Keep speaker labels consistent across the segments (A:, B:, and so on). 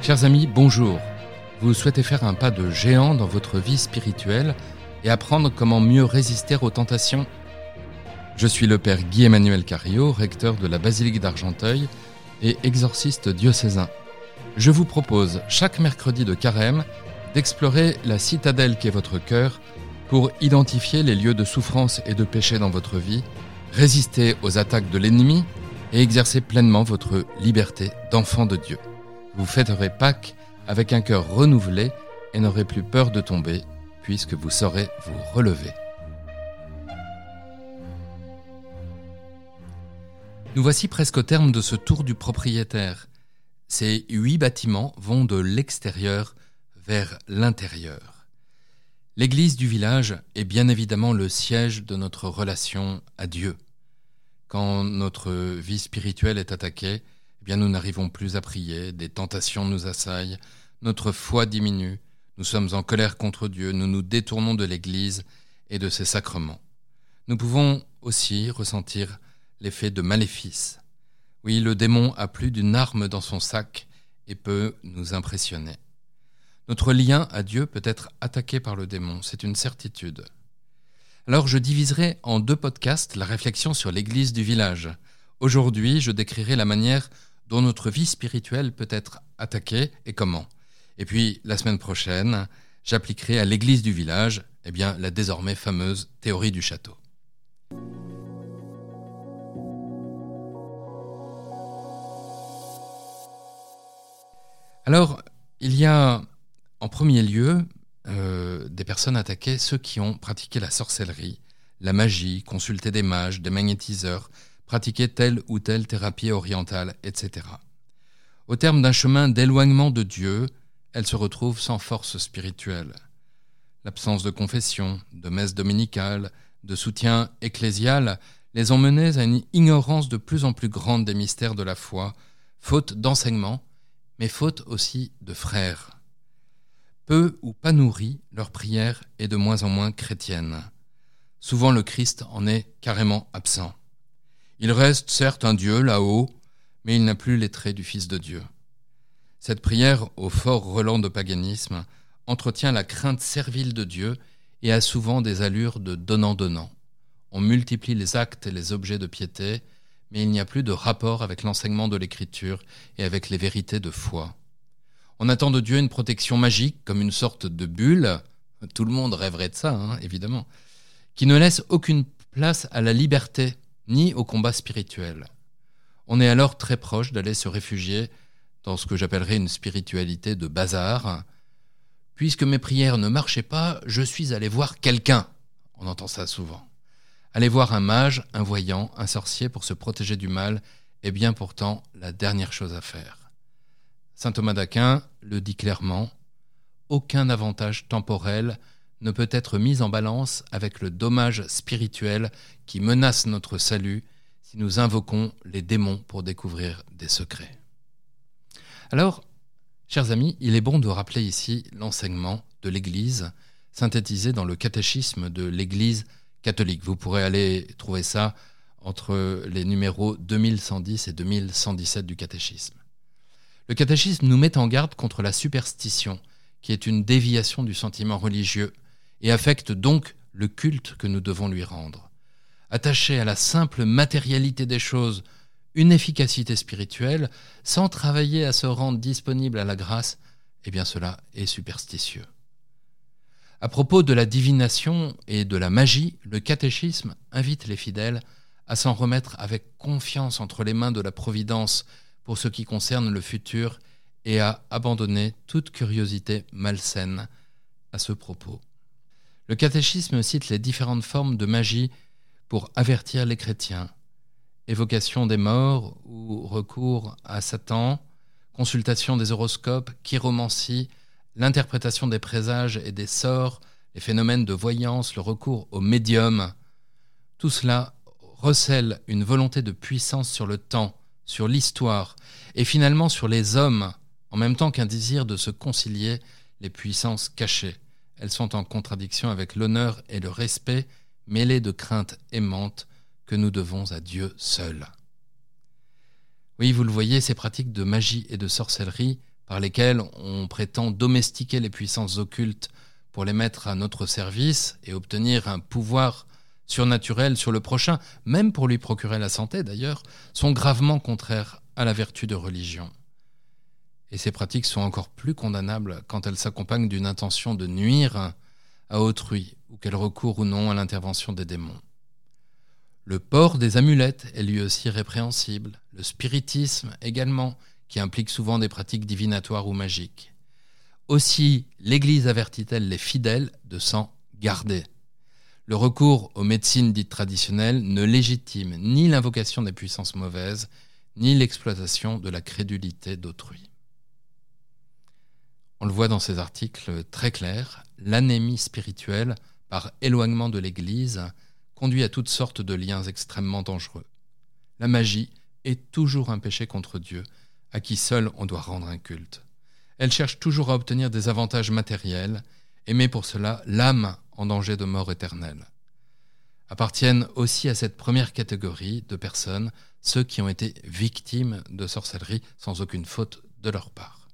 A: Chers amis, bonjour. Vous souhaitez faire un pas de géant dans votre vie spirituelle et apprendre comment mieux résister aux tentations ? Je suis le père Guy-Emmanuel Cario, recteur de la basilique d'Argenteuil et exorciste diocésain. Je vous propose chaque mercredi de carême d'explorer la citadelle qu'est votre cœur pour identifier les lieux de souffrance et de péché dans votre vie, résister aux attaques de l'ennemi et exercer pleinement votre liberté d'enfant de Dieu. Vous fêterez Pâques avec un cœur renouvelé et n'aurez plus peur de tomber, puisque vous saurez vous relever. Nous voici presque au terme de ce tour du propriétaire. Ces 8 bâtiments vont de l'extérieur vers l'intérieur. L'église du village est bien évidemment le siège de notre relation à Dieu. Quand notre vie spirituelle est attaquée, eh bien nous n'arrivons plus à prier, des tentations nous assaillent, notre foi diminue, nous sommes en colère contre Dieu, nous nous détournons de l'Église et de ses sacrements. Nous pouvons aussi ressentir l'effet de maléfice. Oui, le démon a plus d'une arme dans son sac et peut nous impressionner. Notre lien à Dieu peut être attaqué par le démon, c'est une certitude. Alors je diviserai en 2 podcasts la réflexion sur l'Église du village. Aujourd'hui, je décrirai la manière dont notre vie spirituelle peut être attaquée et comment. Et puis, la semaine prochaine, j'appliquerai à l'église du village la désormais fameuse théorie du château. Alors, il y a en premier lieu des personnes attaquées, ceux qui ont pratiqué la sorcellerie, la magie, consulté des mages, des magnétiseurs, pratiquer telle ou telle thérapie orientale, etc. Au terme d'un chemin d'éloignement de Dieu, elles se retrouvent sans force spirituelle. L'absence de confession, de messe dominicale, de soutien ecclésial les ont menées à une ignorance de plus en plus grande des mystères de la foi, faute d'enseignement, mais faute aussi de frères. Peu ou pas nourris, leur prière est de moins en moins chrétienne. Souvent le Christ en est carrément absent. Il reste certes un Dieu là-haut, mais il n'a plus les traits du Fils de Dieu. Cette prière, au fort relent de paganisme, entretient la crainte servile de Dieu et a souvent des allures de donnant-donnant. On multiplie les actes et les objets de piété, mais il n'y a plus de rapport avec l'enseignement de l'Écriture et avec les vérités de foi. On attend de Dieu une protection magique, comme une sorte de bulle, tout le monde rêverait de ça, évidemment, qui ne laisse aucune place à la liberté, ni au combat spirituel. On est alors très proche d'aller se réfugier dans ce que j'appellerais une spiritualité de bazar. Puisque mes prières ne marchaient pas, je suis allé voir quelqu'un. On entend ça souvent. Aller voir un mage, un voyant, un sorcier pour se protéger du mal est bien pourtant la dernière chose à faire. Saint Thomas d'Aquin le dit clairement, « Aucun avantage temporel ne peut être mis en balance avec le dommage spirituel qui menace notre salut si nous invoquons les démons pour découvrir des secrets. » Alors, chers amis, il est bon de rappeler ici l'enseignement de l'Église, synthétisé dans le catéchisme de l'Église catholique. Vous pourrez aller trouver ça entre les numéros 2110 et 2117 du catéchisme. Le catéchisme nous met en garde contre la superstition, qui est une déviation du sentiment religieux, et affecte donc le culte que nous devons lui rendre. Attacher à la simple matérialité des choses une efficacité spirituelle, sans travailler à se rendre disponible à la grâce, cela est superstitieux. À propos de la divination et de la magie, le catéchisme invite les fidèles à s'en remettre avec confiance entre les mains de la Providence pour ce qui concerne le futur et à abandonner toute curiosité malsaine à ce propos. Le catéchisme cite les différentes formes de magie pour avertir les chrétiens. Évocation des morts ou recours à Satan, consultation des horoscopes, chiromancie, l'interprétation des présages et des sorts, les phénomènes de voyance, le recours aux médiums. Tout cela recèle une volonté de puissance sur le temps, sur l'histoire et finalement sur les hommes, en même temps qu'un désir de se concilier les puissances cachées. Elles sont en contradiction avec l'honneur et le respect mêlés de crainte aimante que nous devons à Dieu seul. Oui, vous le voyez, ces pratiques de magie et de sorcellerie par lesquels on prétend domestiquer les puissances occultes pour les mettre à notre service et obtenir un pouvoir surnaturel sur le prochain, même pour lui procurer la santé d'ailleurs, sont gravement contraires à la vertu de religion. Et ces pratiques sont encore plus condamnables quand elles s'accompagnent d'une intention de nuire à autrui ou qu'elles recourent ou non à l'intervention des démons. Le port des amulettes est lui aussi répréhensible, le spiritisme également, qui implique souvent des pratiques divinatoires ou magiques. Aussi, l'Église avertit-elle les fidèles de s'en garder. Le recours aux médecines dites traditionnelles ne légitime ni l'invocation des puissances mauvaises, ni l'exploitation de la crédulité d'autrui. On le voit dans ces articles très clairs, l'anémie spirituelle, par éloignement de l'Église, conduit à toutes sortes de liens extrêmement dangereux. La magie est toujours un péché contre Dieu, à qui seul on doit rendre un culte. Elle cherche toujours à obtenir des avantages matériels et met pour cela l'âme en danger de mort éternelle. Appartiennent aussi à cette première catégorie de personnes ceux qui ont été victimes de sorcellerie sans aucune faute de leur part.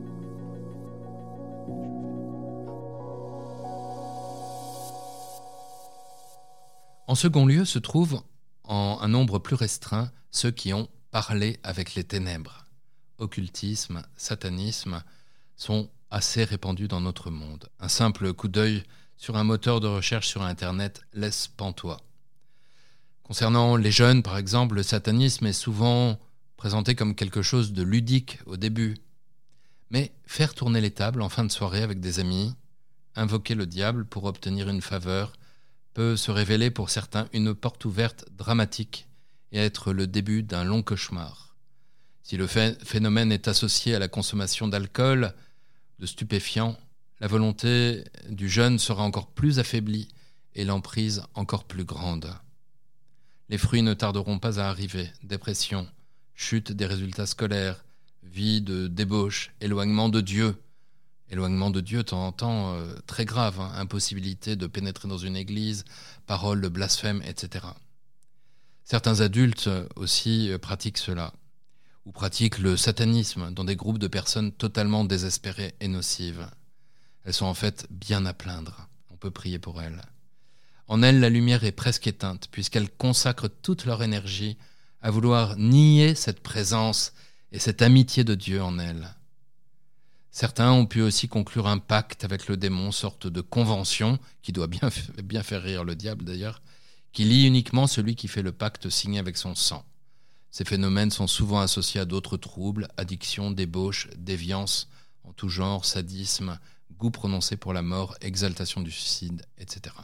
A: En second lieu se trouvent, en un nombre plus restreint, ceux qui ont parlé avec les ténèbres. Occultisme, satanisme sont assez répandus dans notre monde. Un simple coup d'œil sur un moteur de recherche sur Internet laisse pantois. Concernant les jeunes, par exemple, le satanisme est souvent présenté comme quelque chose de ludique au début. Mais faire tourner les tables en fin de soirée avec des amis, invoquer le diable pour obtenir une faveur, peut se révéler pour certains une porte ouverte dramatique et être le début d'un long cauchemar. Si le phénomène est associé à la consommation d'alcool, de stupéfiants, la volonté du jeune sera encore plus affaiblie et l'emprise encore plus grande. Les fruits ne tarderont pas à arriver, dépression, chute des résultats scolaires, vie de débauche, éloignement de Dieu. Éloignement de Dieu, de temps en temps, très grave, impossibilité de pénétrer dans une église, paroles de blasphème, etc. Certains adultes aussi pratiquent cela, ou pratiquent le satanisme dans des groupes de personnes totalement désespérées et nocives. Elles sont en fait bien à plaindre, on peut prier pour elles. En elles, la lumière est presque éteinte, puisqu'elles consacrent toute leur énergie à vouloir nier cette présence et cette amitié de Dieu en elles. Certains ont pu aussi conclure un pacte avec le démon, sorte de convention, qui doit bien faire rire le diable d'ailleurs, qui lie uniquement celui qui fait le pacte signé avec son sang. Ces phénomènes sont souvent associés à d'autres troubles, addiction, débauche, déviance en tout genre, sadisme, goût prononcé pour la mort, exaltation du suicide, etc.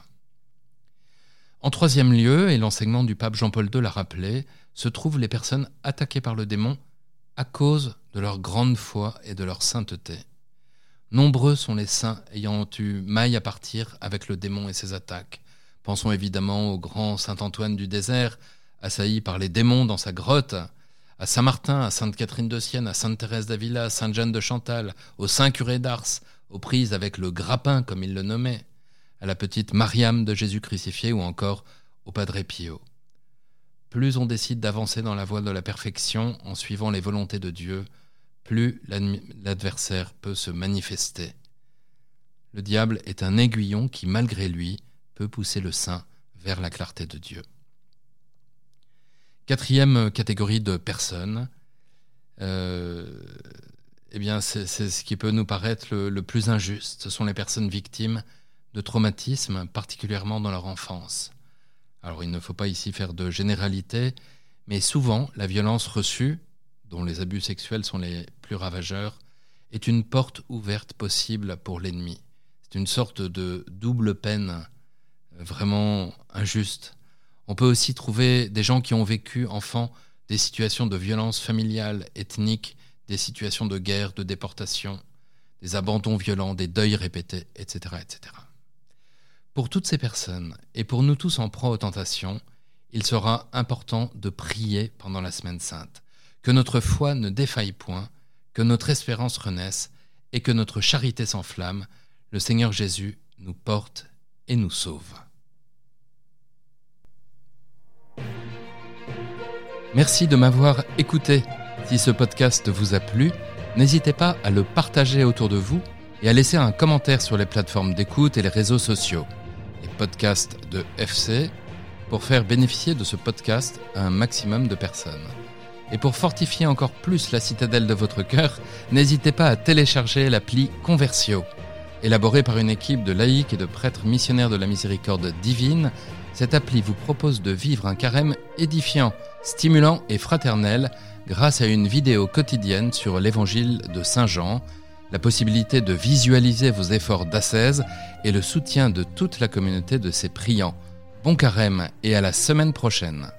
A: En troisième lieu, et l'enseignement du pape Jean-Paul II l'a rappelé, se trouvent les personnes attaquées par le démon à cause de leur grande foi et de leur sainteté. Nombreux sont les saints ayant eu maille à partir avec le démon et ses attaques. Pensons évidemment au grand saint Antoine du désert, assailli par les démons dans sa grotte, à saint Martin, à sainte Catherine de Sienne, à sainte Thérèse d'Avila, à sainte Jeanne de Chantal, au saint curé d'Ars, aux prises avec le grappin comme il le nommait, à la petite Mariam de Jésus crucifié ou encore au Padre Pio. Plus on décide d'avancer dans la voie de la perfection en suivant les volontés de Dieu, plus l'adversaire peut se manifester. Le diable est un aiguillon qui, malgré lui, peut pousser le saint vers la clarté de Dieu. Quatrième catégorie de personnes, c'est ce qui peut nous paraître le plus injuste. Ce sont les personnes victimes de traumatismes, particulièrement dans leur enfance. Alors il ne faut pas ici faire de généralité, mais souvent la violence reçue, dont les abus sexuels sont les plus ravageurs, est une porte ouverte possible pour l'ennemi. C'est une sorte de double peine vraiment injuste. On peut aussi trouver des gens qui ont vécu, enfants, des situations de violence familiale, ethnique, des situations de guerre, de déportation, des abandons violents, des deuils répétés, etc., etc. Pour toutes ces personnes, et pour nous tous en proie aux tentations, il sera important de prier pendant la Semaine Sainte, que notre foi ne défaille point, que notre espérance renaisse et que notre charité s'enflamme. Le Seigneur Jésus nous porte et nous sauve. Merci de m'avoir écouté. Si ce podcast vous a plu, n'hésitez pas à le partager autour de vous et à laisser un commentaire sur les plateformes d'écoute et les réseaux sociaux, les podcasts de FC, pour faire bénéficier de ce podcast à un maximum de personnes. Et pour fortifier encore plus la citadelle de votre cœur, n'hésitez pas à télécharger l'appli Conversio. Élaborée par une équipe de laïcs et de prêtres missionnaires de la miséricorde divine, cette appli vous propose de vivre un carême édifiant, stimulant et fraternel grâce à une vidéo quotidienne sur l'évangile de Saint Jean, la possibilité de visualiser vos efforts d'ascèse et le soutien de toute la communauté de ses priants. Bon carême et à la semaine prochaine.